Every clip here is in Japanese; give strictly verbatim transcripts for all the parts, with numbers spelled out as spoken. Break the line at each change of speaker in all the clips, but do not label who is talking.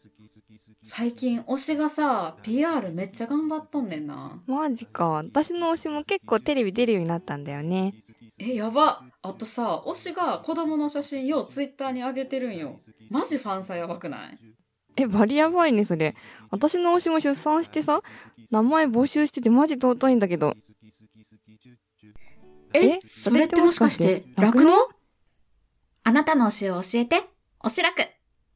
最近推しがさ ピーアール めっちゃ頑張っとんねんな。
マジか。私の推しも結構テレビ出るようになったんだよね。
え、やば。あとさ、推しが子供の写真ようツイッターに上げてるんよ。マジファンサやばくない？
え、バリやばいね、それ。私の推しも出産してさ、名前募集しててマジ尊いんだけど。
え、それってもしかして酪農？
あなたの推しを教えて、推し楽。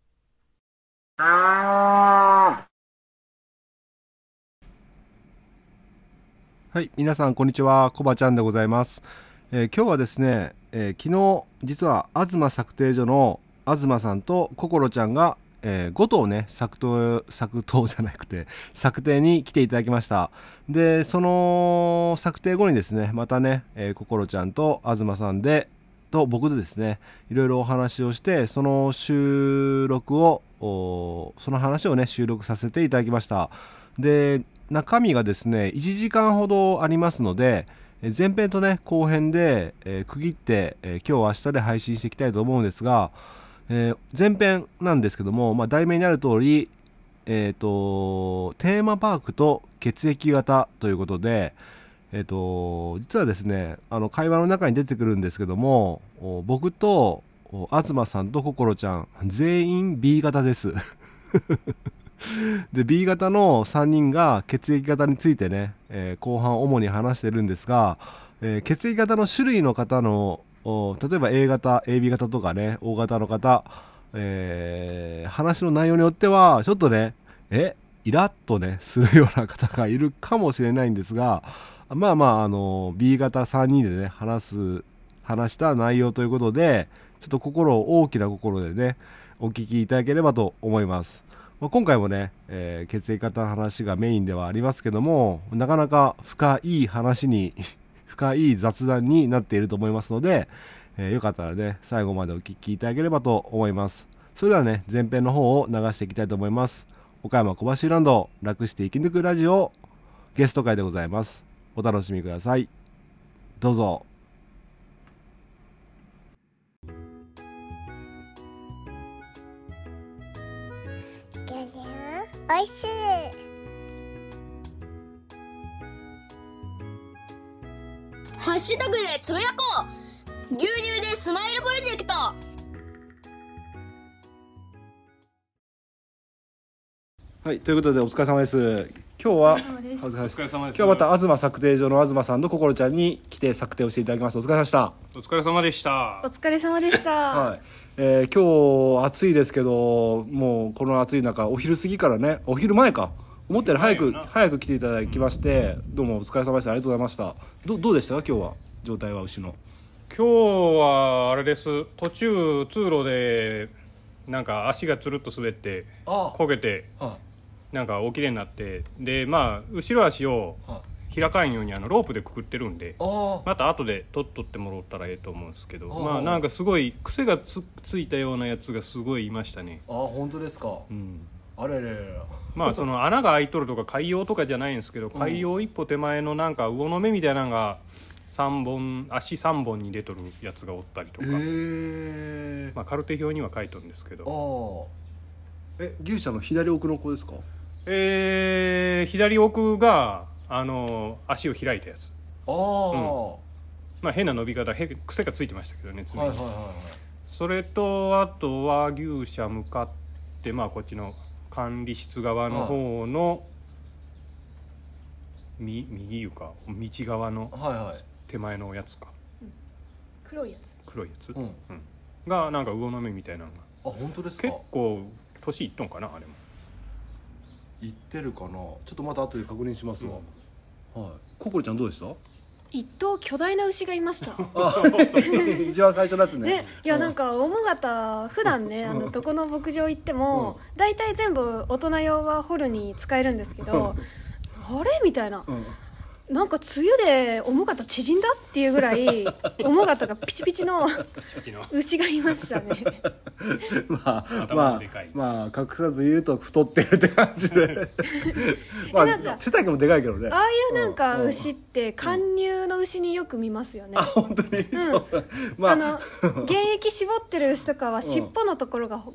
はい、皆さんこんにちは、コバちゃんでございます。えー今日はですね、えー昨日実は東作庭所の東さんと心ちゃんが、えごとをね作陶作陶じゃなくて作庭に来ていただきました。でその作庭後にですねまたね、えー、心ちゃんと東さんでと僕でですねいろいろお話をして、その収録をおその話をね収録させていただきました。で中身がですねいちじかんほどありますので、え前編とね後編で、えー区切って、えー今日明日で配信していきたいと思うんですが、えー前編なんですけども、まあ、題名にある通り、えー、とテーマパークと血液型ということで、えー、と実はですねあの会話の中に出てくるんですけども、お僕とお東さんと心ちゃん全員 ビー 型ですで ビー 型のさんにんが血液型についてね、えー後半主に話してるんですが、えー血液型の種類の方のお例えば A 型 エービー 型とかね O 型の方、えー話の内容によってはちょっとねえイラッとねするような方がいるかもしれないんですが、まあまああの ビー 型さんにんでね話す話した内容ということで、ちょっと心を大きな心でねお聞きいただければと思います。まあ今回もね、えー血液型の話がメインではありますけども、なかなか深い話に深い雑談になっていると思いますので、えーよかったらね最後までお聞きいただければと思います。それではね前編の方を流していきたいと思います。岡山小橋ランド楽して生き抜くラジオゲスト会でございます。お楽しみください。どうぞ。
おいしい。
ハッシュタグでつぶやこう。牛乳でスマイルプロジェクト。
はいということでお疲れ様です。今日はお疲れ様です。今日はまた東作庭所の東さんと心ちゃんに来て作庭をしていただきます。お疲れ様でした。
お疲れ様でした。
お疲れ様でした。
はいえー今日暑いですけど、もうこの暑い中お昼過ぎからねお昼前か思ったより早く早く来ていただきまして、どうもお疲れ様でした。ありがとうございました。どどうでしたか今日は状態は牛の。
今日はあれです。途中通路でなんか足がつるっと滑って
あ
焦げて
あ
なんかおきれいになって、でまあ後ろ足を
あ
開かんようにあのロープでくくってるんで、
あ
また後で取っとってもらったらええと思うんですけど、
あ
まあなんかすごい癖が つ, ついたようなやつがすごいいましたね。
あ本当ですか。
うん
あれれれれ
まあその穴が開いとるとか海洋とかじゃないんですけど、海洋一歩手前のなんか魚の目みたいなのがさんぼん足さんぼんに出とるやつがおったりとか、
へえ
まあ、カルテ表には書いとるんですけど、
あえ牛舎の左奥の子ですか。
えー、左奥があの足を開いたやつ、
ああ、は
まあ、変な伸び方へ癖がついてましたけどね常に、
いはいはいはい
それとあとは牛舎向かって、まあ、こっちの管理室側の方の、み右いうか道側の
はいはい
手前のやつか
黒いやつ。
黒いやつ、
うん
うんがなんか魚の目みたいなのが
あ本当ですか。
結構年いっとんかなあれも。
行ってるかな。ちょっとまた後で確認しますわ、はい。ココリちゃんどうでした。
一頭巨大な牛がいました
一番最初のやつね。
ね、いやなんか大間方普段ねあのどこの牧場行っても大体全部大人用は掘るに使えるんですけどあれみたいな、
うん
なんか梅雨で重かった縮んだっていうぐらい重かったがピチピチの牛がいましたね
まあ
頭
まあ
もでかい
まあ隠さず言うと太ってるって感じでま
なんか
あ背丈もでかいけどね。
ああいうなんか
うん
牛って貫入の牛によく見ますよね、
あ本当に、
うん
そうまあ
あの現役絞ってる牛とかは尻尾のところがほ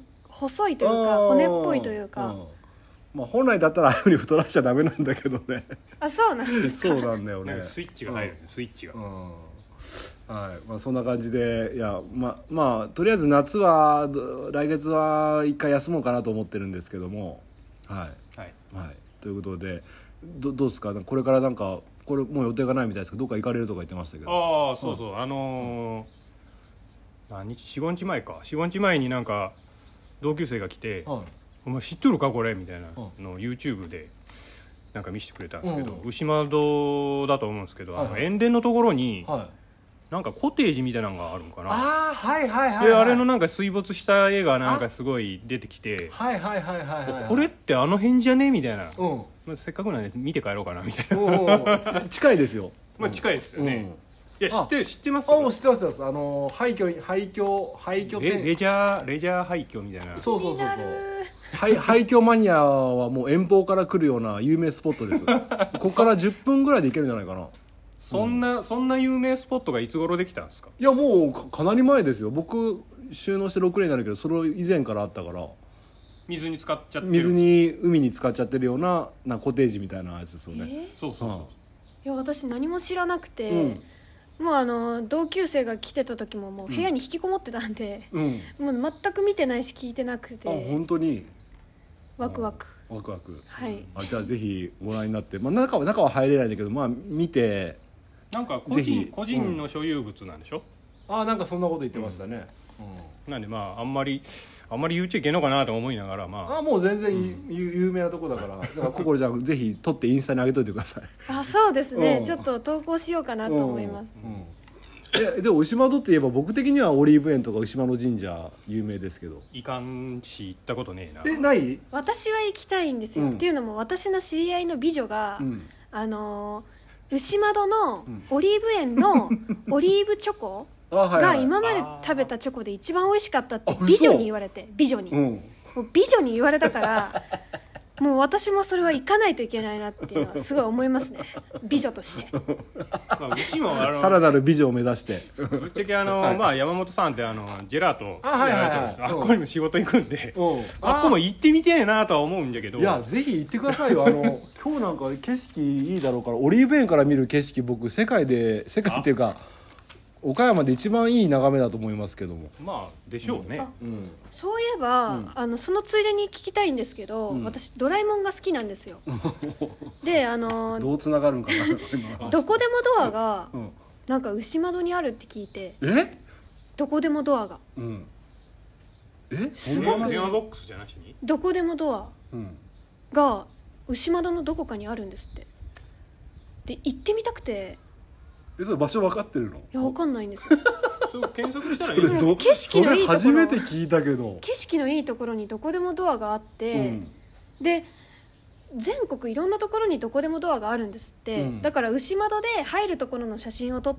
細いというか骨っぽいというか、
うんまあ、本来だったらああいうふうに太らしちゃダメなんだけどね
あそうなんですか
そうなんだよね
なんかスイッチが入るね、スイッチが、
うんはいまあ、そんな感じでいやままあとりあえず夏はど来月は一回休もうかなと思ってるんですけどもはい
はい
はい、ということで ど, どうですかこれからなんかこれもう予定がないみたいですけどどっか行かれるとか言ってましたけど
ああそうそう、うん、あのー、何日よん、ごにちまえかよん、ごにちまえになんか同級生が来て、はい、お前知っとるかこれみたいなのを YouTube でなんか見せてくれたんですけど、うん、牛窓だと思うんですけど、はい、あの塩田のところに、はい、なんかコテージみたいなのがあるのかな。
ああはいはいはい、はい、
であれのなんか水没した絵がなんかすごい出てきて、
はいはいはいはいはい、はい、
これってあの辺じゃねみたいな、
うん
まあ、せっかくなんで見て帰ろうかなみたいな
おお近いですよ
まあ近いですよね、うん、いや知って知ってます
ああ知ってますあの廃墟廃墟廃墟
レレジャーレジャー廃墟みたいな
そうそうそうそう廃廃墟マニアはもう遠方から来るような有名スポットですここからじゅっぷんぐらいで行けるんじゃないかな。
そんな、うん、そんな有名スポットがいつ頃できたんですか。
いやもう か, かなり前ですよ。僕収納してろくねんになるけどそれ以前からあったから
水に使っちゃってる
水に海に使っちゃってるようななコテージみたいなやつですよね、
えー、
そうそうそう、うん、い
や私何も知らなくて、うん、もうあの同級生が来てた時ももう部屋に引きこもってたんで、うん、もう全く見てないし聞いてなくて。
あ本当に
ワクワク
ワクワク、
はい、
あじゃあぜひご覧になって、まあ、中は中は入れないんだけどまあ見て
なんか個人、個人の所有物なんでしょ、
うん、あなんかそんなこと言ってましたね、
うんうん、なんでまああんまりあんまり言っちゃいけんのかなと思いながらまあ
あもう全然、うん、有名なとこだからだから心ちゃんぜひ撮ってインスタに上げといてください
あそうですね、うん、ちょっと投稿しようかなと思います、うんうん
えでも牛窓って言えば僕的にはオリーブ園とか牛窓神社有名ですけど
いかんし行ったことねえな。
えない
私は行きたいんですよ、うん、っていうのも私の知り合いの美女が、うん、あの牛窓のオリーブ園のオリーブチョコが今まで食べたチョコで一番美味しかったって美女に言われて美女に、うん、もう美女に言われたからもう私もそれは行かないといけないなっていうのはすごい思いますね美女として
まあうちもあの
さらなる美女を目指して
ぶっちゃけあの、はいまあ、山本さんってあのジェラートやられてるんです、あっこにも仕事行くんであっこも行ってみてえなとは思うんだけど
いやぜひ行ってくださいよあの今日なんか景色いいだろうからオリーブ園から見る景色僕世界で世界っていうか岡山で一番いい眺めだと思いますけども
まあでしょうね、
うん、そういえば、うん、あのそのついでに聞きたいんですけど、うん、私ドラえもんが好きなんですよであの
どうつながるんか
などこでもドアが、うん、なんか牛窓にあるって聞いて
え
どこでもドアが、
うん、
えすごく電話ボックスじゃなしに
どこでもドアが牛窓のどこかにあるんですってで行ってみたくて
えそれ場所分かってるの？い
や分かんないんですよ
そう検索したらいいの
景色のいいところ
初めて聞いたけど
景色のいいところにどこでもドアがあって、うん、で全国いろんなところにどこでもドアがあるんですって、うん、だから牛窓で入るところの写真を撮って、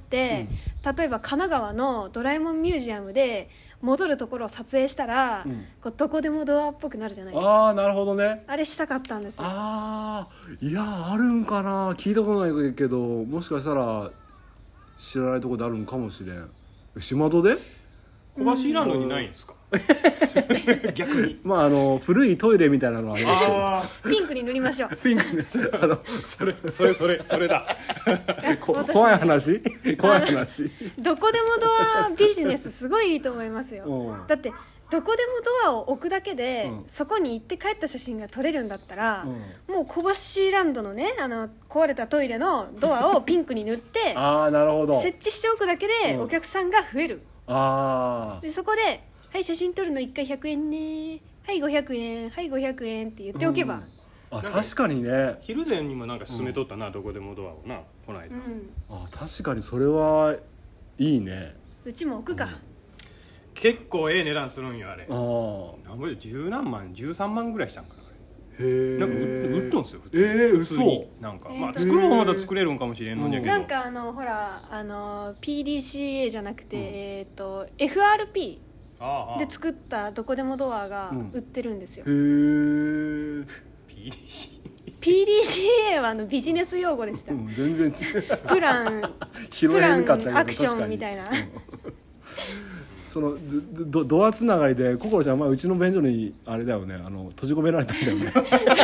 うん、例えば神奈川のドラえもんミュージアムで戻るところを撮影したら、うん、こうどこでもドアっぽくなるじゃないですか。
ああなるほどね。
あれしたかったんですよ。
ああいやあるんかな聞いたことないけどもしかしたら知らないところであるんかもしれん。牛窓で
小橋ランドにないんですか逆に
まああの古いトイレみたいなのはあります
けどピンクに塗りましょう
ピンクにあの
それそれそれそれだ
怖い話怖い話
どこでもドアビジネスすごいいいと思いますよだってどこでもドアを置くだけで、うん、そこに行って帰った写真が撮れるんだったら、うん、もう小橋ランドのねあの壊れたトイレのドアをピンクに塗って
あーなるほど
設置しておくだけでお客さんが増える、うん、
あ
でそこではい写真撮るのいっかいひゃくえんねはいごひゃくえんはいごひゃくえんって言っておけば、
うん、あ確かにね
昼前にもなんか勧めとったな、うん、どこでもドアをなこの間、うん、
あ確かにそれはいいね
うちも置くか、うん
結構ええ値段するんよあれ
あ
なんぼで十何万十三万ぐらいしたんかな
へえ
なんか売っとんすよ普通
にえー、嘘
なんか、まあ、作ろうまだ作れるんかもしれんのんじゃけど
なんかあのほらあの ピーディーシーエー じゃなくて、うん、えっ、ー、と エフアールピー で作ったどこでもドアが売ってるんですよ、
うん、へえ
ピーディーシーエー
ピーディーシーエー はあのビジネス用語でした、
うん、全然違う
プラン
プラン
アクションみたいな
そのドドアつながりで心ちゃん前うちの便所にあれだよね、あの閉じ込められたんだよね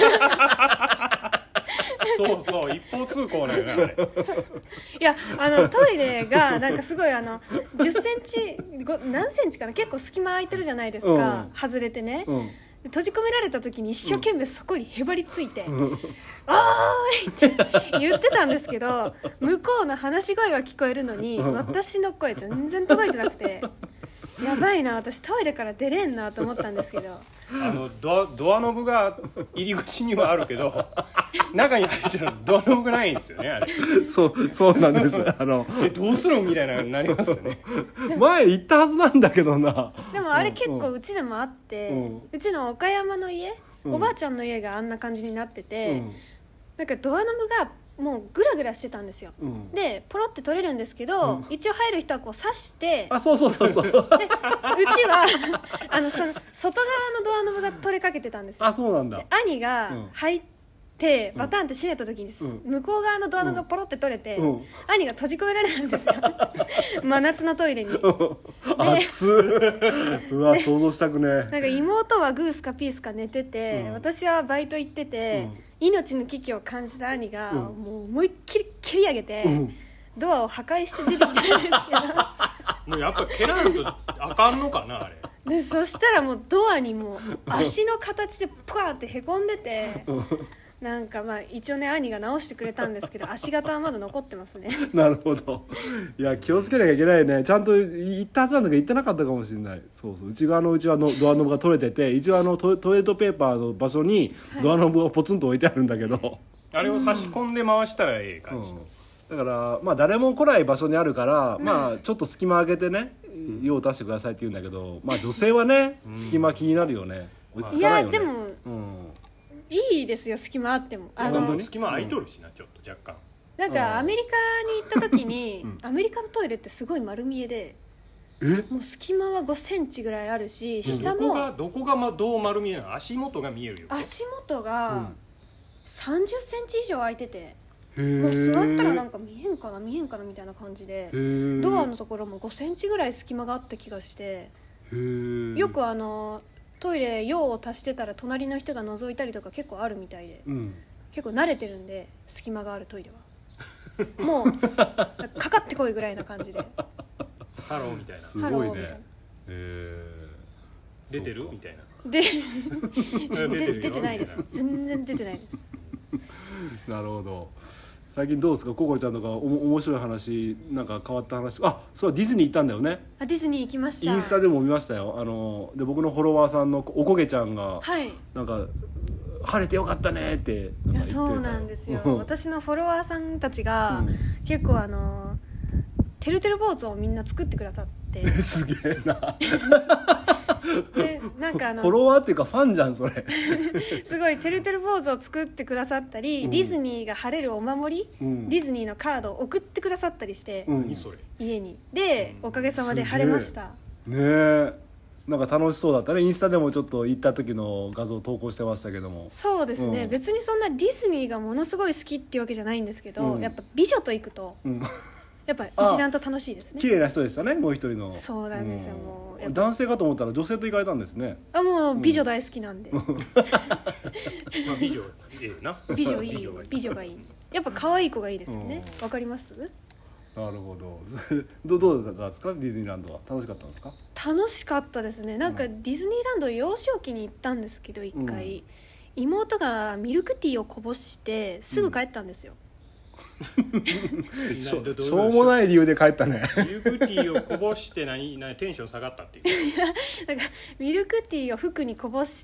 そうそう一方通行だよねあれ。
いやあのトイレがなんかすごいあのじゅっセンチご何センチかな、結構隙間空いてるじゃないですか、
うん、
外れてね、
うん、
閉じ込められた時に一生懸命そこにへばりついて「うん、あーい!」って言ってたんですけど向こうの話し声が聞こえるのに私の声全然届いてなくて。やばいな、私トイレから出れんなと思ったんですけど、
あのドア、ドアノブが入り口にはあるけど中に入ったらドアノブがないんですよねあれ。
そうそうなんですあの
えどうするみたいなになりますよね
前行ったはずなんだけどな。
でもあれ結構うちでもあって、うん、うちの岡山の家、うん、おばあちゃんの家があんな感じになってて、うん、なんかドアノブがもうグラグラしてたんですよ、うん、でポロって取れるんですけど、うん、一応入る人はこう刺して、
あそうそうそうそうでうち
はあのその外側のドアノブが取れかけてたんですよ。
あそうなんだ。
兄が入ってバタンって閉めた時に、うん、向こう側のドアノブがポロって取れて、うん、兄が閉じ込められたんですよ真夏のトイレに
熱うわ想像したくね。
なんか妹はグースかピースか寝てて、うん、私はバイト行ってて、うん命の危機を感じた兄が、うん、もう思いっきり蹴り上げて、うん、ドアを破壊して出てきたんですけど
もうやっぱ蹴らんとあかんのかなあれ
でそしたらもうドアにもう足の形でプワーってへこんでてなんかまあ一応ね兄が直してくれたんですけど足型はまだ残ってますね
なるほど。いや気をつけなきゃいけないね。ちゃんと行ったはずなんだけど行ってなかったかもしれない。そうそう内側の内側のドアノブが取れてて一応あのト, トイレットペーパーの場所にドアノブがポツンと置いてあるんだけど、はい、
あれを差し込んで回したらええ感じ、うん
うん、だからまあ誰も来ない場所にあるから、うん、まあちょっと隙間開けてね用を出してくださいって言うんだけど、まあ女性はね、うん、隙間気になるよね。落ち着かないよね。
いやでも、うんいいですよ隙間あっても。
あの隙間空いとるしな、うん、ちょっと若干
なんかアメリカに行った時に、うん、アメリカのトイレってすごい丸見えで
え
もう隙間はごセンチぐらいあるし下も
どこがどこがまどう丸見えなの。足元が見えるよ。
足元がさんじゅっセンチ以上空いてて、うん、もう座ったらなんか見えんかな見えんかなみたいな感じでドアのところもごセンチぐらい隙間があった気がして、よくあのトイレ用を足してたら隣の人が覗いたりとか結構あるみたいで、うん、結構慣れてるんで隙間があるトイレはもうかかってこいぐらいな感じで
ハローみたいな。
すごいね。
ハローみたいな。
へ
ー出てるみたいな。
で出, 出てないです。全然出てないです
なるほど。最近どうですかココちゃんとかおも面白い話なんか変わった話。あそうディズニー行ったんだよね。
あディズニー行きました。
インスタでも見ましたよ。あので僕のフォロワーさんのおこげちゃんが、
はい、
なんか晴れてよかったねって
いやそうなんですよ私のフォロワーさんたちが、うん、結構あのてるてる坊主をみんな作ってくださって
すげえな
でなんかあの
フォロワーっていうかファンじゃんそれ
すごいてるてる坊主を作ってくださったり、うん、ディズニーが晴れるお守り、うん、ディズニーのカードを送ってくださったりして、うん、家にでおかげさまで晴れました。
ねえなんか楽しそうだったね。インスタでもちょっと行った時の画像投稿してましたけども。
そうですね、うん、別にそんなディズニーがものすごい好きっていうわけじゃないんですけど、うん、やっぱ美女と行くと、うんやっぱ一段と楽しいですね。
綺麗な人でしたねもう一人の。
そうなんですよ、うん、もう
男性かと思ったら女性と行かれたんですね。
あもう美女大好きなんで、うん、まあ
美女いいな。
美女いい美女がいい。やっぱ可愛い子がいいですよね。わ、うん、かります。
なるほどど, どうだったんですかディズニーランドは。楽しかったんですか。
楽しかったですね。なんかディズニーランド幼少期に行ったんですけど一回、うん、妹がミルクティーをこぼしてすぐ帰ったんですよ、うん
し, ょしょうもない理由で帰ったね
ミルクティーをこぼして何何テンション下がったっていういや
なんかミルクティーを服にこぼして、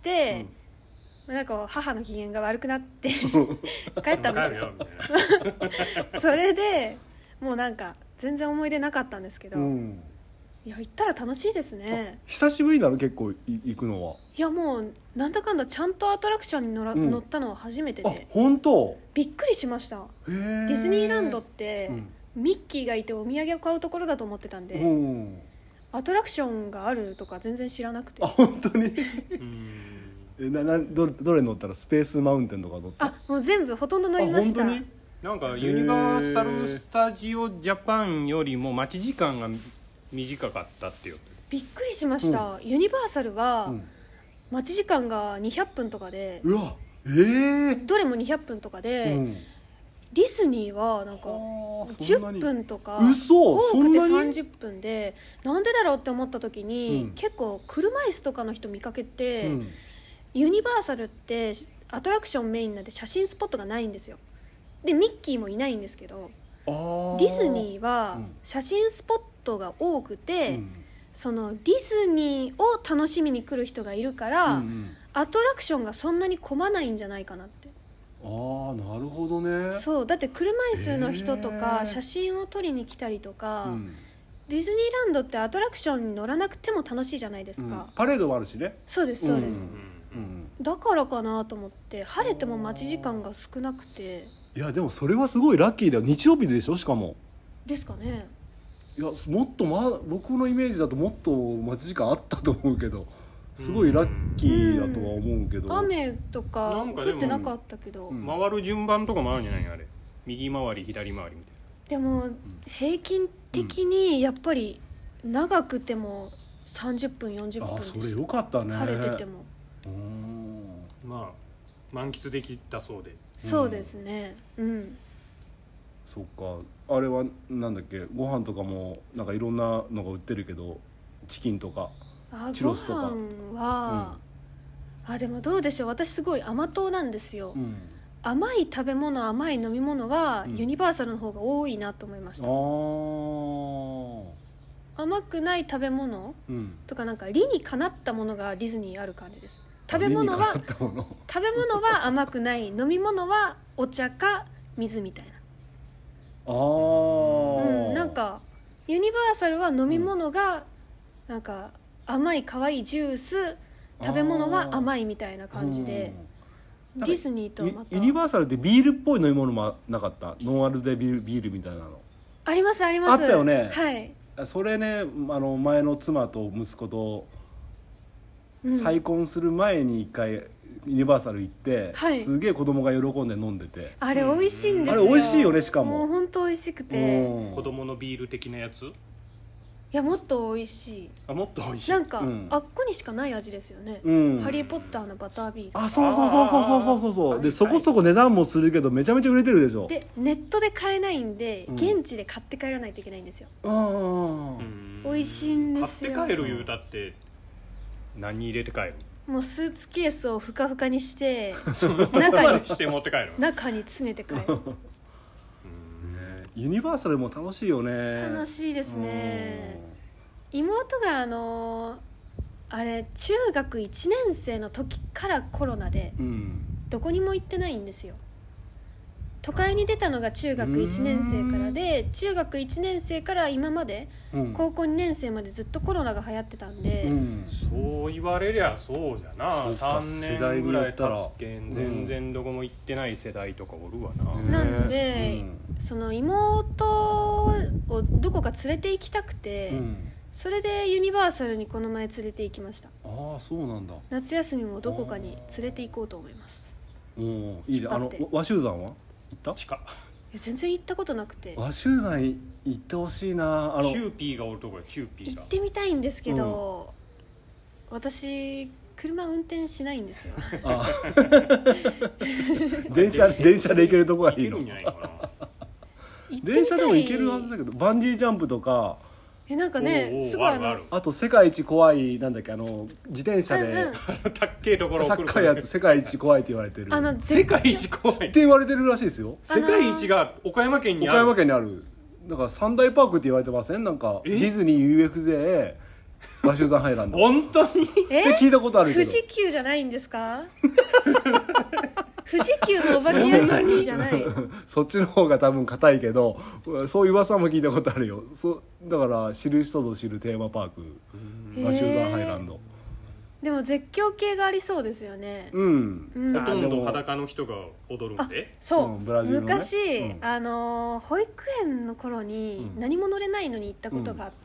うん、なんか母の機嫌が悪くなって帰ったんですよそれでもうなんか全然思い出なかったんですけど、うん、いや行ったら楽しいですね。
久しぶりなの結構行くのは。
いやもうなんだかんだちゃんとアトラクションに乗ら、うん、乗ったのは初めてで。あ
本当
びっくりしました。ディズニーランドって、うん、ミッキーがいてお土産を買うところだと思ってたんで、うん、アトラクションがあるとか全然知らなくて。
あ本当にえなな ど, どれ乗ったらスペースマウンテンとか乗った。
あもう全部ほとんど乗りました。
本当になんかユニバーサル・スタジオ・ジャパンよりも待ち時間が短かったっていう
びっくりしました、ユニバーサルは、
うん、
待ち時間がにひゃっぷんとかで、
うわえー、
どれもにひゃっぷんとかで、うん、ディズニーはなんかじゅっぷんとか、
嘘
多くてさんじゅっぷんで、なんでだろうって思った時に、うん、結構車椅子とかの人見かけて、うん、ユニバーサルってアトラクションメインなんで写真スポットがないんですよ。でミッキーもいないんですけど、ディズニーは写真スポットが多くて、うん、そのディズニーを楽しみに来る人がいるから、うんうん、アトラクションがそんなに混まないんじゃないかなって。
ああ、なるほどね。
そうだって車椅子の人とか写真を撮りに来たりとか、えーうん、ディズニーランドってアトラクションに乗らなくても楽しいじゃないですか、
うん、パレードもあるしね。
そうですそうです、うん
うん、
だからかなと思って。晴れても待ち時間が少なくて。
いやでもそれはすごいラッキーだよ。日曜日でしょ、しかも。
ですかね。
いやもっと、ま、僕のイメージだともっと待ち時間あったと思うけど、すごいラッキーだとは思うけど、
うん、雨とか降ってなかったけど、
うん、回る順番とかもあるんじゃないのあれ。右回り左回りみたいな。
でも平均的にやっぱり長くてもさんじゅっぷんよんじゅっぷんでした。
あ、それよかったね。
晴れてても。
うーん、まあ満喫できたそうで。
そうですね、うん、うん、
そっか。あれはなんだっけ、ご飯とかもなんかいろんなのが売ってるけど、チキンとかチュロスとか。
ご飯は、うん、あでもどうでしょう、私すごい甘党なんですよ、うん、甘い食べ物甘い飲み物はユニバーサルの方が多いなと思いました、うん、甘くない食べ物、うん、とかなんか理にかなったものがディズニーある感じです。食べ物は食べ物は甘くない、飲み物はお茶か水みたいな。あ、うん、なんかユニバーサルは飲み物がなんか甘い可愛いジュース、食べ物は甘いみたいな感じで、ディズニーとまた
ユニバーサルってビールっぽい飲み物もなかった？ノンアルでビール、ビールみたいなの
ありますあります。
あったよね。
はい。
それね、あの前の妻と息子と再婚する前に一回ユニバーサル行って、はい、すげえ子供が喜んで飲んでて、
あれ美味しいんですよ。
あれ美味しいよね。しかも
もう本当美味しくて、
子供のビール的なやつ。い
やもっと美味しい。
あ、もっと美味しい。
なんか、うん、あっこにしかない味ですよね、うん、ハリーポッターのバタービール。
あ、そうそうそうそうそうそうそう。でそこそこ値段もするけどめちゃめちゃ売れてるでしょ。
でネットで買えないんで、うん、現地で買って帰らないといけないんですよ。あ、美味しいんですよ。
買って帰る言うたって何入れて帰る？
もうスーツケースをふかふかにして中に
して持って帰る。
中に詰めて帰る。
ユニバーサルも楽しいよね。
楽しいですね。妹があのあれ中学いちねん生の時からコロナでどこにも行ってないんですよ。都会に出たのが中学いちねん生からで、中学いちねん生から今まで、うん、高校にねん生までずっとコロナが流行ってたんで、うん、
そう言われりゃそうじゃな。さんねんぐらい経つけん全然どこも行ってない世代とかおるわな。
なんで、うん、その妹をどこか連れて行きたくて、うん、それでユニバーサルにこの前連れて行きました。
ああ、そうなんだ。
夏休みもどこかに連れて行こうと思います。
おー、いいね。あの和州山は行った？
近
全然行ったことなくて。
和州山行ってほしいな。あの
チューピーがおるところ。チューピーが
行ってみたいんですけど、うん、私車運転しないんですよ。あ
電車電車で行けるとこはいいの？
行けるんじゃないかな。
電車でも行けるはずだけど、バンジージャンプとか。
えなんかね、すごいあの
あ, あと世界一怖いなんだっけ、あの自転車で、うんうん、
たっけえところ送る
高いやつ、世界一怖いって言われてる。
あの
世界一怖い
って言われてるらしいですよ。
世界一が岡山県にある。
岡山県にある。だから三大パークって言われてません？なんかディズニー、ユーエフジェー、和州山ハイランド。
本当に？
って聞いたことあるけど。
富士急じゃないんですか？富士急のお化け屋敷じゃない。
そっちの方が多分硬いけど、そういう噂も聞いたことあるよ。そだから知る人ぞ知るテーマパーク、和州山ハイランド。
でも絶叫系がありそうですよね。
うん、
うん、ほとんど裸の人が踊るんで。
そう、
うん、ブラジルのね、
昔、うん、あの保育園の頃に何も乗れないのに行ったことがあって、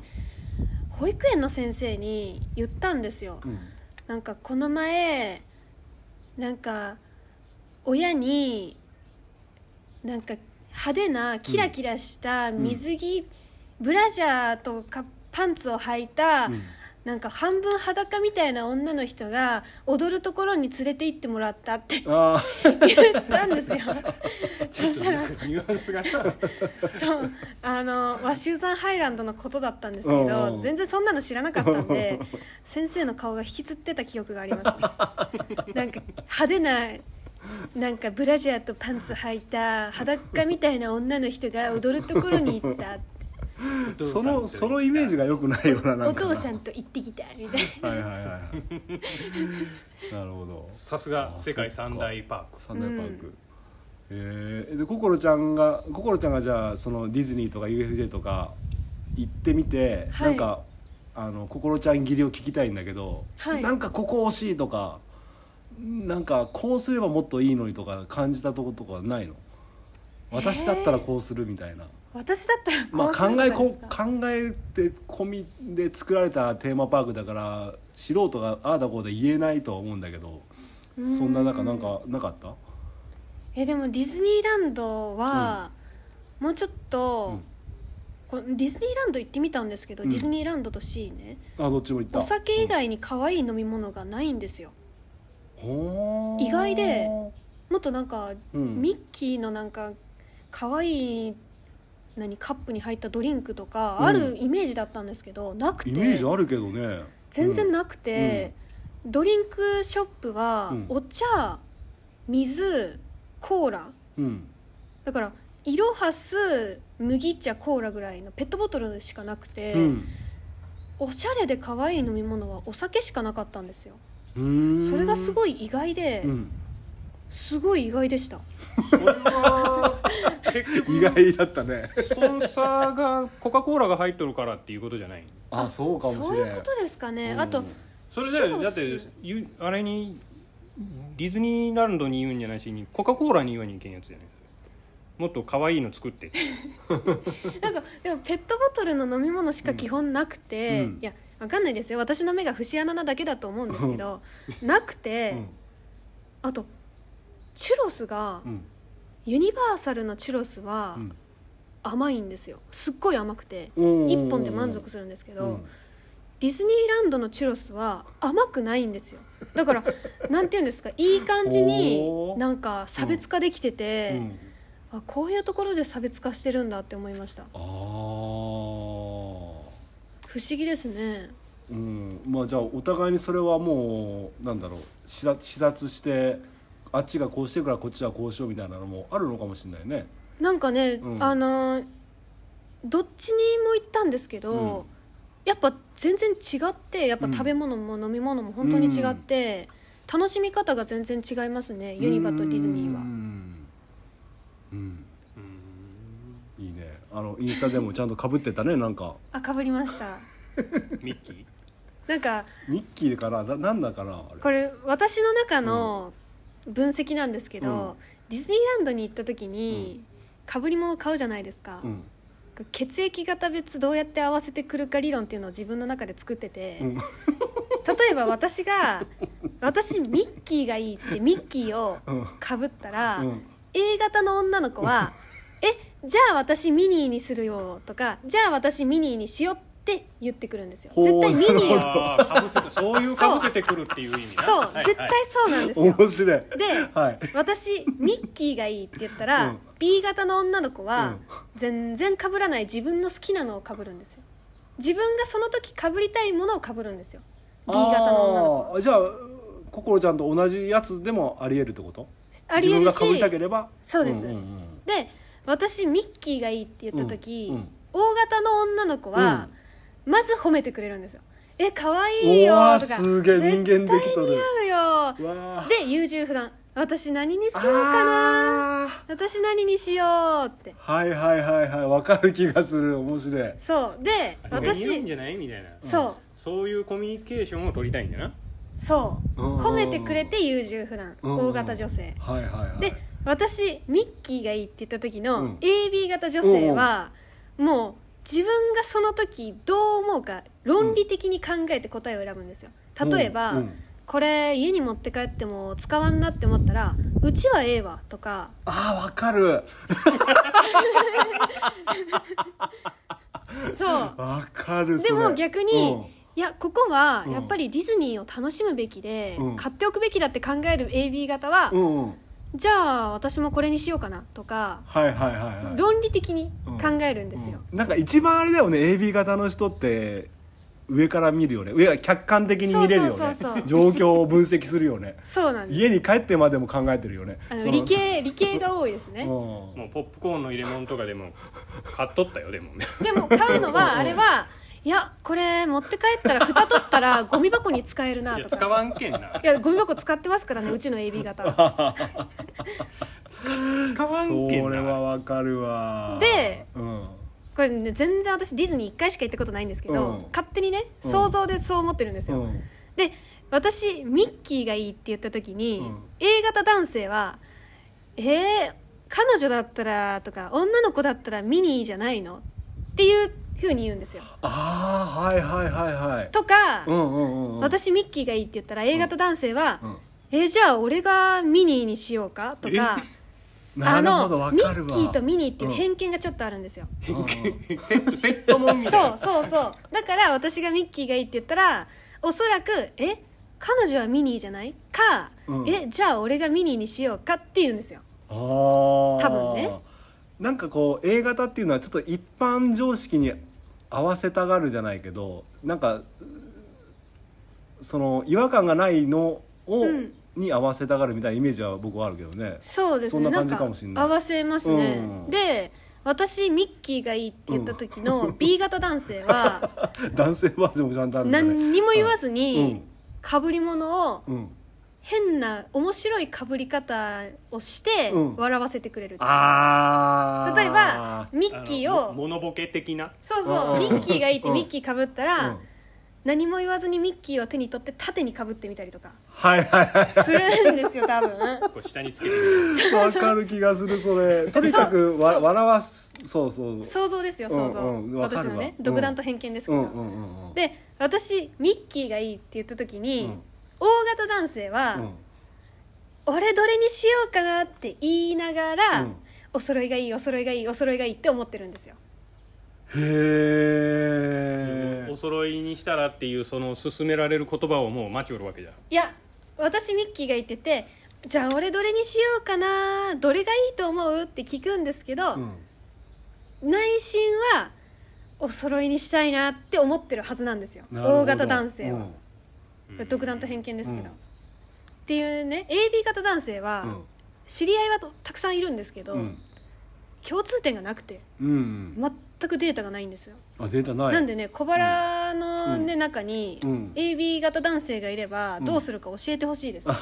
うん、保育園の先生に言ったんですよ、うん、なんかこの前なんか親になんか派手なキラキラした水着、うん、ブラジャーとかパパンツを履いた、
うん、
なんか半分裸みたいな女の人が踊るところに連れて行ってもらったって
あ
言ったんですよそしたら
ニュアンスが
そうあのワシューザンハイランドのことだったんですけど、全然そんなの知らなかったんで先生の顔が引きつってた記憶がありますねなんか派手ななんかブラジャーとパンツ履いた裸みたいな女の人が踊るところに行ったって
そのそのイメージが良くないような、なんか
お父さんと行ってきたみたいな
はいはいはいなるほど。
さすが世界三大パーク。
三大パーク、うん、えー、でココロちゃんがココロちゃんがじゃあそのディズニーとか ユーエフジェー とか行ってみて、はい、なんかあのココロちゃん切りを聞きたいんだけど、はい、なんかここ惜しいとか、なんかこうすればもっといいのにとか感じたところとかはないの？私だったらこうするみたいな。
私だったらこうする
まあ、考えこ考えて込みで作られたテーマパークだから素人がああだこうだ言えないとは思うんだけど、そんな中なんかなかった？
えでもディズニーランドは、うん、もうちょっと、うん、このディズニーランド行ってみたんですけど、うん、ディズニーランドと C ね、
あどっちも行った。
お酒以外に可愛い飲み物がないんですよ、うん、意外でもっとなんか、うん、ミッキーのなんか可愛い何カップに入ったドリンクとかあるイメージだったんですけど、うん、なくて、
イメージあるけどね
全然なくて、うん、ドリンクショップはお茶、水、コーラ、うん、だからイロハス、麦茶、コーラぐらいのペットボトルしかなくて、うん、おしゃれで可愛い飲み物はお酒しかなかったんですよ。うーん、それがすごい意外で、うん、すごい意外でした。
そんな結局
意外だったね。
スポンサーがコカ・コーラが入っとるからっていうことじゃない？
あ、そうかもしれない。
そういうことですかね、うん、あと
それでだってあれにディズニーランドに言うんじゃないしにコカ・コーラに言わにいけんやつじゃない。もっと可愛いの作って
なんかでもペットボトルの飲み物しか基本なくて、うん、いやわかんないですよ、私の目が節穴なだけだと思うんですけどなくて、うん、あとチュロスが、うん、ユニバーサルのチュロスは、うん、甘いんですよ。すっごい甘くていっぽんで満足するんですけど、うん、ディズニーランドのチュロスは甘くないんですよ。だからなんていうんですか、いい感じになんか差別化できてて、うんうん、あ、こういうところで差別化してるんだって思いました。あ、不思議ですね。
うん、まあじゃあお互いにそれはもうなんだろう、視察してあっちがこうしてるからこっちはこうしようみたいなのもあるのかもしれないね。
なんかね、うん、あのどっちにも行ったんですけど、うん、やっぱ全然違って、やっぱ食べ物も飲み物も本当に違って、うん、楽しみ方が全然違いますね、ユニバとディズニーは。うん
うん、いいね。あのインスタでもちゃんと被ってたね。なんか
あ、被りました
ミッキー
なんか
ミッキーかな、な、なんだかなあれ。こ
れ私の中の分析なんですけど、うん、ディズニーランドに行った時に、うん、被り物買うじゃないですか、うん、血液型別どうやって合わせてくるか理論っていうのを自分の中で作ってて、うん、例えば私が私ミッキーがいいってミッキーを被ったら、うん、A 型の女の子はえ、じゃあ私ミニーにするよとか、じゃあ私ミニーにしようって言ってくるんですよ。絶対ミニー
あかぶせて、そういうかぶせてくるっていう意味な。
そう、はいはい、絶対そうなんですよ。
面白い。で、
はい、私ミッキーがいいって言ったら、うん、B 型の女の子は、うん、全然被らない自分の好きなのを被るんですよ。自分がその時被りたいものを被るんですよ、 B 型の女の子は。
じゃあココロちゃんと同じやつでもありえるってこと？ありえるし、自分が被りたければ。
そうです、うんうんうん、で私ミッキーがいいって言った時、うんうん、O 型の女の子は、うん、まず褒めてくれるんですよ。え、可愛いよとか、
すげえ人間できとる、
絶対似合うよで、優柔不断、私何にしようかな、私何にしようって。
はいはいはいはい、分かる気がする。面白い。
そうで、私
似合うんじゃないみたいな、
そう、うん、
そういうコミュニケーションを取りたいんだな。
そう、褒めてくれて優柔不断、O 型女性、
はいはいはい。
で私ミッキーがいいって言った時の エービー 型女性は、もう自分がその時どう思うか論理的に考えて答えを選ぶんですよ。例えば、うんうん、これ家に持って帰っても使わんなって思ったら、うちはええわとか。
あー、わかる
そう
わかる。
でも逆に、
うん、
いやここはやっぱりディズニーを楽しむべきで、うん、買っておくべきだって考える エービー 型は、うんうん、じゃあ私もこれにしようかなとか、はいはいはいはい、論理的に考えるんですよ、
うんうん、なんか一番あれだよね エービー 型の人って上から見るよね。上は客観的に見れるよね。そうそうそうそう状況を分析するよね。
そうなんです。
家に帰ってまでも考えてるよね。
あの理系理系が多いですね。
もうポップコーンの入れ物とかでも買っとったよでも。
でも買うのはあれはいやこれ持って帰ったら蓋取ったらゴミ箱に使えるなとか。いや
使わんけんな。
いやゴミ箱使ってますからねうちの エービー 型は。
使, 使わんけんな。
それはわかるわ。
で。うんこれね全然私ディズニーいっかいしか行ったことないんですけど、うん、勝手にね想像でそう思ってるんですよ、うん、で私ミッキーがいいって言った時に、うん、A 型男性はえー、彼女だったらとか女の子だったらミニーじゃないのっていう風に言うんですよ。
ああはいはいはいはい
とか、うんうんうんうん、私ミッキーがいいって言ったら A 型男性は、うんうん、えー、じゃあ俺がミニーにしようかとかあのミッキーとミニーっていう偏見がちょっとあるんですよ、
うん、セットセットもんみたいな。
そうそうそうだから私がミッキーがいいって言ったらおそらくえ彼女はミニーじゃないか、うん、えじゃあ俺がミニーにしようかって言うんですよ。あ多分ね
なんかこう A 型っていうのはちょっと一般常識に合わせたがるじゃないけどなんかその違和感がないのを、うんに合わせたがるみたいなイメージは僕はあるけどね。
そうですね。そんな感じかもしれない。合わせますね、うん、で私ミッキーがいいって言った時の B 型男性は、
うん、男性バージョンもちゃんとあるんだね。
何にも言わずに被り物を変な面白い被り方をして笑わせてくれる、うん、あ例えばミッキーを
モノボケ的な
そうそうミッキーがいいってミッキー被ったら、うん何も言わずにミッキーを手に取って縦にかぶってみたりとかはいはいはいするんですよ多分
こう下につけてみる
わかる気がするそれとにかくわ笑わすそうそう
想像ですよ想像、うんうん、私のね独断と偏見ですけど、うんうんうんうん、で私ミッキーがいいって言った時に、うん、大型男性は、うん、俺どれにしようかなって言いながら、うん、お揃いがいいお揃いがいいお揃いがいいって思ってるんですよ。
へ
えお揃いにしたらっていうその勧められる言葉をもう待ちおるわけじゃん。
いや私ミッキーが言っててじゃあ俺どれにしようかなどれがいいと思うって聞くんですけど、うん、内心はお揃いにしたいなって思ってるはずなんですよ大型男性は、うん、独断と偏見ですけど、うん、っていうね エービー 型男性は、うん、知り合いはたくさんいるんですけど、うん、共通点がなくて、うん、全くデータがないんですよ。
あデータない。
なんでね小腹の、ねうん、中に エービー 型男性がいればどうするか教えてほしいです、うん、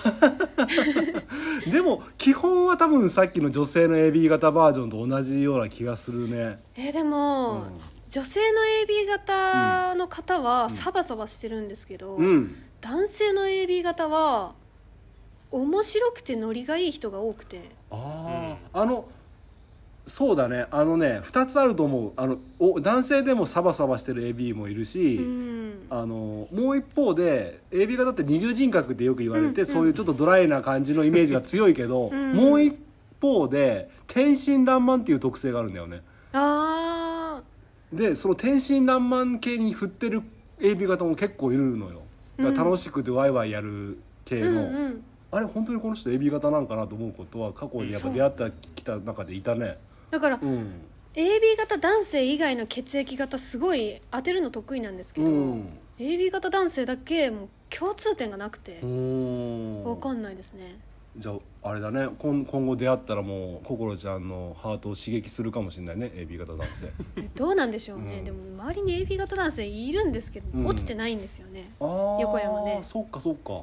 でも基本は多分さっきの女性の エービー 型バージョンと同じような気がするね。
えー、でも、うん、女性の エービー 型の方はサバサバしてるんですけど、うん、男性の エービー 型は面白くてノリがいい人が多くて
ああ、うん、あのそうだねあのねふたつあると思う。あのお男性でもサバサバしてる エービー もいるし、うん、あのもう一方で エービー 型って二重人格ってよく言われて、うん、そういうちょっとドライな感じのイメージが強いけど、うん、もう一方で天真爛漫っていう特性があるんだよね。あでその天真爛漫系に振ってる エービー 型も結構いるのよ。だから楽しくてワイワイやる系の、うんうん、あれ本当にこの人 エービー 型なんかなと思うことは過去にやっぱ出会ってきた中でいたね。
だから、うん、エービー 型男性以外の血液型すごい当てるの得意なんですけど、うん、エービー 型男性だけもう共通点がなくて分かんないですね。
じゃああれだね 今, 今後出会ったらもう心ちゃんのハートを刺激するかもしれないね エービー 型男性
どうなんでしょうね、うん、でも周りに エービー 型男性いるんですけど、うん、落ちてないんですよね、横山ね。
そっかそっか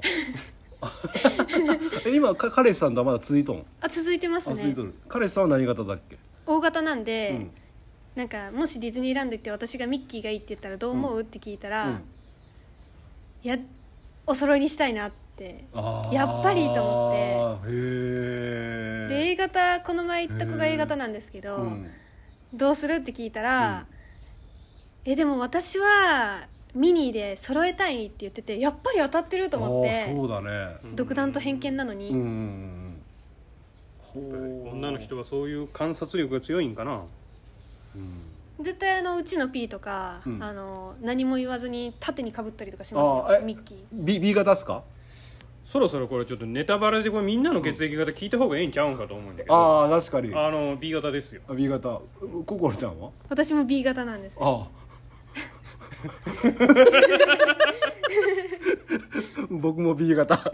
今彼氏さんとはまだ続いとん？
あ続いてますね。続いとる。
彼氏さんは何型だっけ？
大型なんで、うん、なんかもしディズニーランド行って私がミッキーがいいって言ったらどう思う、うん、って聞いたら、うん、いやお揃いにしたいなってやっぱりと思って。へで A 型この前行った子が A 型なんですけど、うん、どうするって聞いたら、うん、えでも私はミニーで揃えたいって言っててやっぱり当たってると思って。
そうだね。
独断と偏見なのに、うんうん
女の人はそういう観察力が強いんかな、
うん、
絶対あのうちの P とか、
うん、
あの何も言わずに縦にかぶったりとかしますよ、ミッキー。
B, B 型っすか？
そろそろこれちょっとネタバレでこれみんなの血液型聞いた方がいいんちゃうんかと思うんだけど、
ああ確かに
あの B 型ですよ。
B 型。ココロちゃんは？
私も B 型なんですよ。
ああ僕も B 型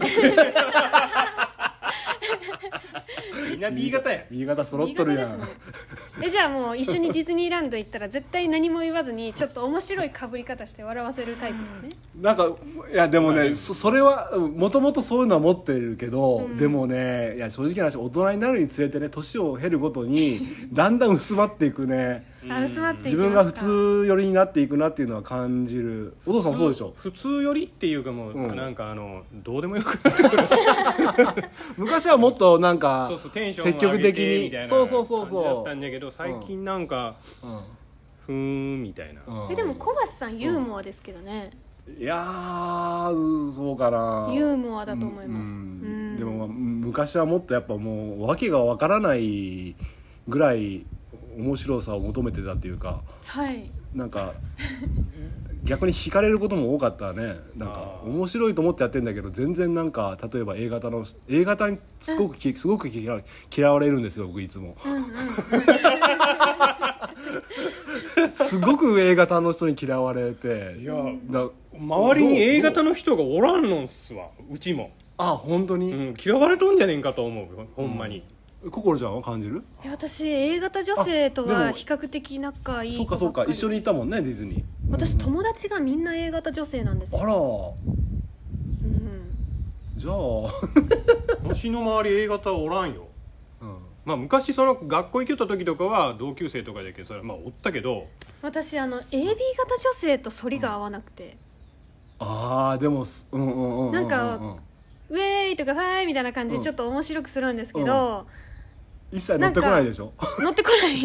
みんな B 型や。
B 型揃っとるやん。
B 型ですね。えじゃあもう一緒にディズニーランド行ったら絶対何も言わずにちょっと面白いかぶり方して笑わせるタイプですね。
なんかいやでもね、そ, それはもともとそういうのは持ってるけど、うん、でもねいや正直な話大人になるにつれてね年を経るごとにだんだん薄まっていくね
あ薄まっていきました。
自分が普通寄りになっていくなっていうのは感じる。お父さんそうでしょ？
普通寄りっていうかもう、うん、なんかあのどうでもよくなってくる
昔はもっとなんか
そうそうテンションを上げてみたいな
そうそうそうそう
だったんだけど最近なんか、うんうん、ふーんみたいな、
うん、えでも小橋さんユーモアですけどね、
うん、いやーそうかな
ユーモアだと思います、うん
うん、でも昔はもっとやっぱもう訳がわからないぐらい面白さを求めてたっていうか、
はい、
なんか逆に惹かれることも多かったね。なんか面白いと思ってやってんだけど全然なんか例えば A 型の A 型にすごく、うん、すごく嫌われるんですよ僕いつも、うんうん、すごく A 型の人に嫌われて
いや周りに A 型の人がおらんのんすわうちも。
あ本当に、
うん、嫌われとんじゃねんかと思うほんまに、
うん、心ちゃんは感じる？
いや私 A 型女性とは比較的仲いい子ばっかり。
そうかそうか一緒にいたもんねディズニー。
私友達がみんな A 型女性なんですよ。
あら、うん、じゃあ
私の周り A 型おらんよ、うん、まあ昔その学校行きよった時とかは同級生とかだけどそれまあおったけど
私あの エービー 型女性と反りが合わなくて、
うん、ああでもうんうんうんうん
なんかウェーイとかファイみたいな感じでちょっと面白くするんですけど、
うん、一切乗ってこないでしょ？
乗ってこない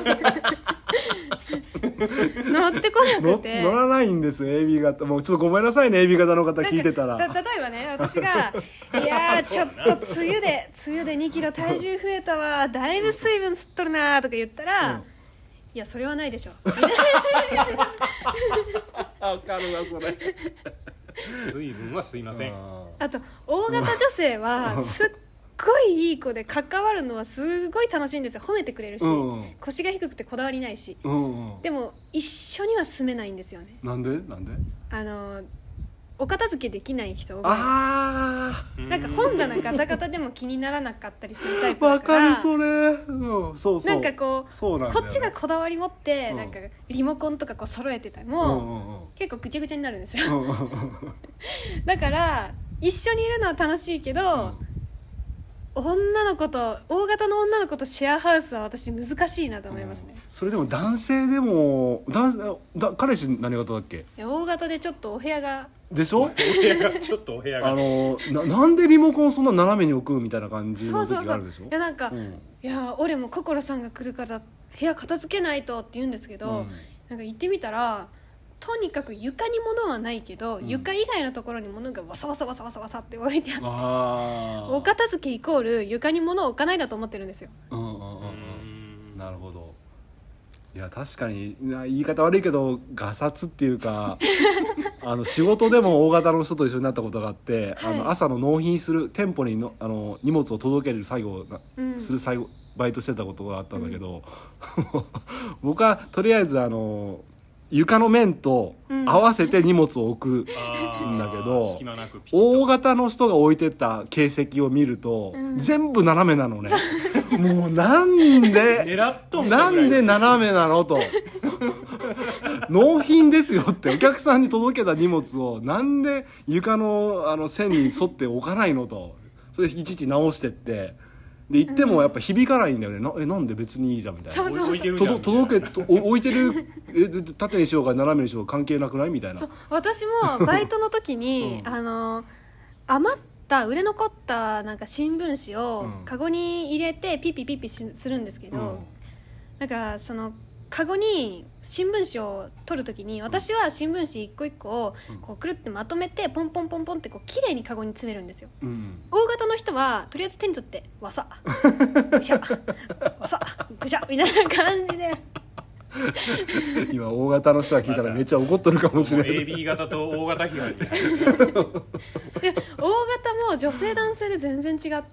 乗ってこなくて
乗らないんです エービー 型。もうちょっとごめんなさいね エービー 型の方聞いてたら。
例えばね私がいやーちょっと梅雨で梅雨でにキロ体重増えたわだいぶ水分吸っとるなーとか言ったら、うん、いやそれはないでしょ分
かるわそれ
水分は吸いません。
あと大型女性はすっごいいい子で関わるのはすごい楽しいんですよ。褒めてくれるし、うん、腰が低くてこだわりないし、うんうん、でも一緒には住めないんですよね。
なんでなんで
あのお片付けできない人が
あ
なんか本棚ガタガタでも気にならなかったりするタイプだから。
わかるそれ、うん、そうそう
なんかこう
そうなんだよね、
こっちがこだわり持って、うん、なんかリモコンとかこう揃えてたらもう、うんうんうん、結構ぐちゃぐちゃになるんですよ、うんうんうん、だから一緒にいるのは楽しいけど、うん、女の子と大型の女の子とシェアハウスは私難しいなと思いますね、
うん、それでも男性でも男だ彼氏何型だっけ？
いや大型でちょっとお部屋が
でしょ？
お部屋がちょっとお部屋が
あの な, なんでリモコンそんな斜めに置くみたいな感じの時があるでしょ？
そうそうそういやなんか、うん、いや俺も心さんが来るから部屋片付けないとって言うんですけど、うん、なんか行ってみたらとにかく床に物はないけど、うん、床以外のところに物がわさわさわさわさわさって置いてあってあお片付けイコール床に物を置かないだと思ってるんですよ、うんうんうん
うん、なるほど。いや確かに言い方悪いけどガサツっていうかあの仕事でも大型の人と一緒になったことがあって、はい、あの朝の納品する店舗にのあの荷物を届ける作業を、うん、する作業バイトしてたことがあったんだけど、うん、僕はとりあえずあの床の面と合わせて荷物を置くんだけど、うん、大型の人が置いてった形跡を見ると、うん、全部斜めなのねもうなんでなんで斜めなのと納品ですよってお客さんに届けた荷物をなんで床 の, あの線に沿って置かないのとそれいちいち直してってで言ってもやっぱ響かないんだよね、な, えなんで別にいいじゃんみたいな。
そうそうそう
と
届けと置いてるえ縦にしようが斜めにしようが関係なくないみたいな。
そう私もバイトの時に、うん、あの余った売れ残ったなんか新聞紙をカゴに入れてピッピピッピするんですけど、うん、なんかそのカゴに新聞紙を取るときに私は新聞紙一個一個をこうくるってまとめてポンポンポンポンってこう綺麗にカゴに詰めるんですよ、うん、大型の人はとりあえず手に取ってわさぐしゃわさぐしゃみたいな感じで
今大型の人が聞いたらめっちゃ怒っとるかもしれない。
エービー 型と大型批判に
で大型も女性男性で全然違って、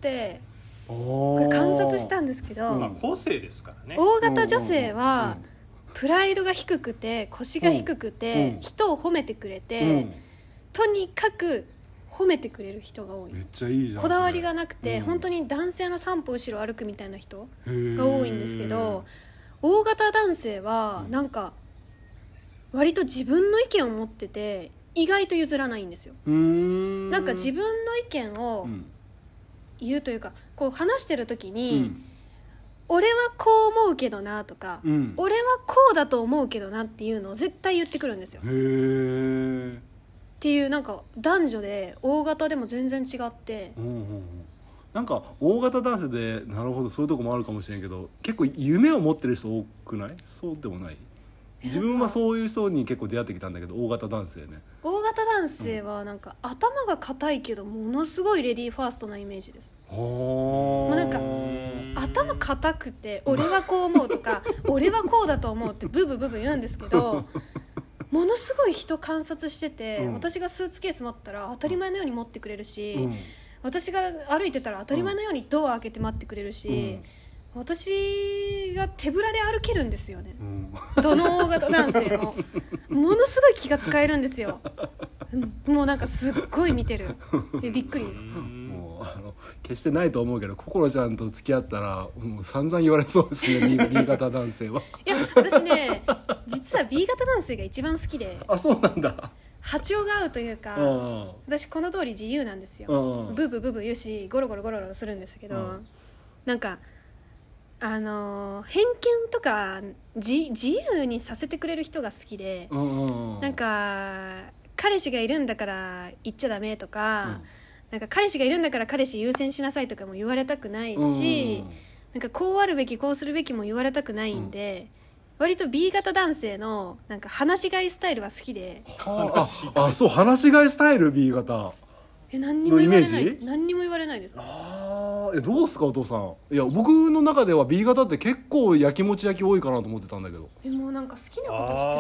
これ観察したんですけど、
まあ個性ですからね。
大型女性はプライドが低くて腰が低くて人を褒めてくれて、とにかく褒めてくれる人が多い。
めっちゃいいじゃん。
こだわりがなくて、
うん、
本当に男性の三歩後ろ歩くみたいな人が多いんですけど、大型男性はなんか割と自分の意見を持ってて意外と譲らないんですよ。
うーん
なんか自分の意見を言うというか、こう話してる時に、うん、俺はこう思うけどなとか、うん、俺はこうだと思うけどなっていうのを絶対言ってくるんですよ。
へー
っていう、なんか男女で大型でも全然違って、
うんうんうん、なんか大型男性でなるほどそういうとこもあるかもしれんけど、結構夢を持ってる人多くない？そうでもない？自分はそういう人に結構出会ってきたんだけど、大型男性ね。
大型男性はなんか、うん、頭が硬いけどものすごいレディーファーストなイメージです。
はあ、
なんか頭硬くて俺はこう思うとか俺はこうだと思うってブブブブ言うんですけどものすごい人観察してて、うん、私がスーツケース持ったら当たり前のように持ってくれるし、うん、私が歩いてたら当たり前のようにドア開けて待ってくれるし、うん、私が手ぶらで歩けるんですよね、うん、どの大型男性もものすごい気が使えるんですよ。もうなんかすっごい見てる。びっくりです。
もうあの決してないと思うけど、心ちゃんと付き合ったらもう散々言われそうですね。 B, B 型男性は。
いや私ね、実は B 型男性が一番好きで。
あ、そうなんだ。
波長が合うというか、私この通り自由なんですよ。ブブブブ言うし、ゴロゴロゴロゴロするんですけど、なんかあの偏見とか自, 自由にさせてくれる人が好きで、なんか彼氏がいるんだから言っちゃダメとか、うん、なんか彼氏がいるんだから彼氏優先しなさいとかも言われたくないし、なんかこうあるべきこうするべきも言われたくないんで、うん、割と B 型男性のなんか話し飼いスタイルが好きで。
ああ、そう、話し飼いスタイル B 型。
え、何にも言われない。何にも言われないです。
あ、え、どうすかお父さん。いや、僕の中では B 型って結構やきもち焼き多いかなと思ってたんだけど。
え、もうなんか好きなこと知ってますよ。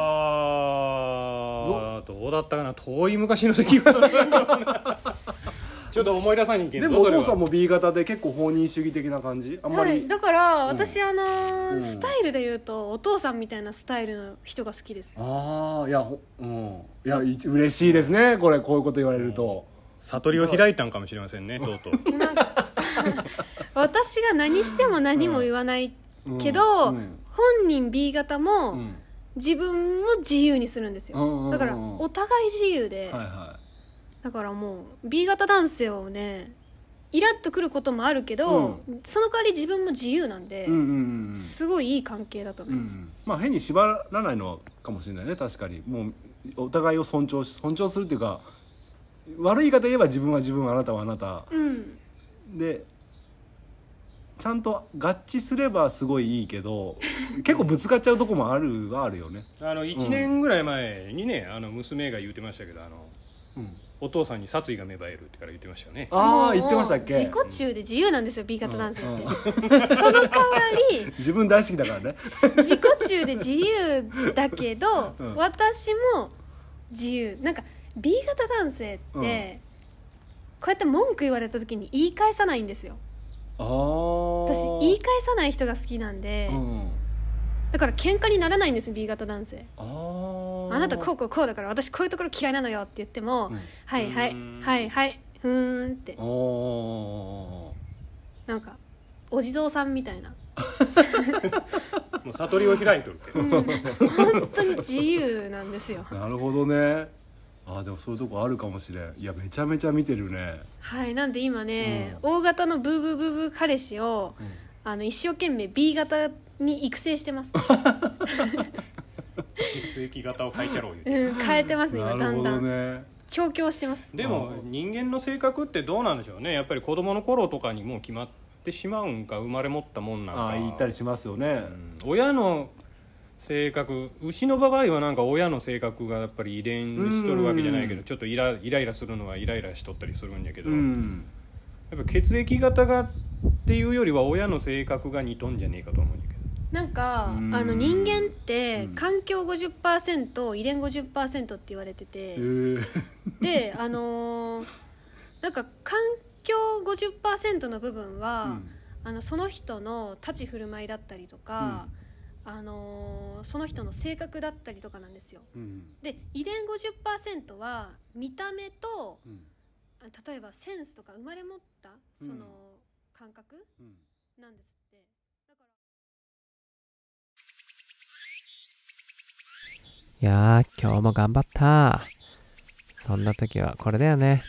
あ、どうだったかな、遠い昔の出来事ちょっと思い出さにいけん。
でもお父さんも B 型で結構放任主義的な感じ。あんまり、はい、
だから私、うん、あのーうん、スタイルで言うとお父さんみたいなスタイルの人が好きです。
ああ、いや、うん、いや嬉しいですね、これこういうこと言われると。
悟りを開いたんかもしれませんね、とうとう。なんか
私が何しても何も言わないけど、うんうん、本人 B 型も、うん、自分も自由にするんですよ、うんうんうん、だからお互い自由で、はいはい、だからもう B 型男性はねイラッとくることもあるけど、うん、その代わり自分も自由なんで、うんうんうん、すごいいい関係だと思います、うんうん、
まあ変に縛らないのかもしれないね。確かにもうお互いを尊重し尊重するっていうか、悪い言い方言えば自分は自分、あなたはあなた、うん、でちゃんと合致すればすごいいいけど結構ぶつかっちゃうとこもあるはあるよね。
あのいちねんぐらい前にね、あの娘が言ってましたけど、あの、うん、お父さんに殺意が芽生えるってから言ってましたよね。
ああ、言ってましたっけ。
自己中で自由なんですよ B 型男性って、うんうん、その代わり
自分大好きだからね
自己中で自由だけど、うん、私も自由。なんか B 型男性って、うん、こうやって文句言われた時に言い返さないんですよ。あ、私言い返さない人が好きなんで、うん、だから喧嘩にならないんですよ B 型男性。 あ, あなたこうこうこうだから私こういうところ嫌いなのよって言っても、うん、はいはいはいはいふーんって、なんかお地蔵さんみたいな
もう悟りを開いとるけど、うん、
本当に自由なんですよ。
なるほどね。あ、でもそういうとこあるかもしれん。いや、めちゃめちゃ見てるね。
はい、なんで今ね、うん、大型のブーブーブーブー彼氏を、うん、あの一生懸命 B 型に育成してます
血液型を変えちゃろう
言うて、うん、変えてます今だんだん、ね、調教してます。
でも人間の性格ってどうなんでしょうね。やっぱり子供の頃とかにもう決まってしまうんか、生まれ持ったもんなんか。
あ、言ったりしますよね、
うん、親の性格、牛の場合はなんか親の性格がやっぱり遺伝しとるわけじゃないけど、ちょっとイライライラするのはイライラしとったりするんだけど、やっぱ血液型がっていうよりは親の性格が似とんじゃねえかと思うんだけど。
なんかあの人間って環境 ごじゅっパーセント 遺伝 ごじゅっパーセント って言われてて、であのー、なんか環境 ごじゅっパーセント の部分は、うん、あのその人の立ち振る舞いだったりとか、うん、あのー、その人の性格だったりとかなんですよ、うん、で遺伝 ごじゅっパーセント は見た目と、うん、例えばセンスとか生まれ持ったその感覚、うん、なんですって。だから
いやー、今日も頑張った。そんな時はこれだよね。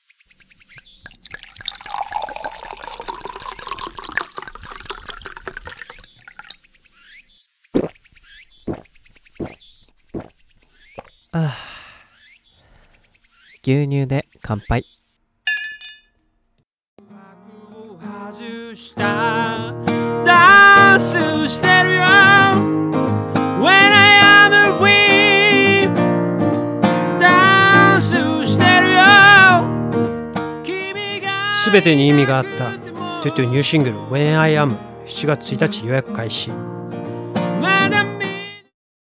ああ、牛乳で乾杯。ダンスしてるよ When I am away ダンスしてるよ。すべてに意味があったトゥトゥニューシングル When I am しちがつついたち予約開始。まだ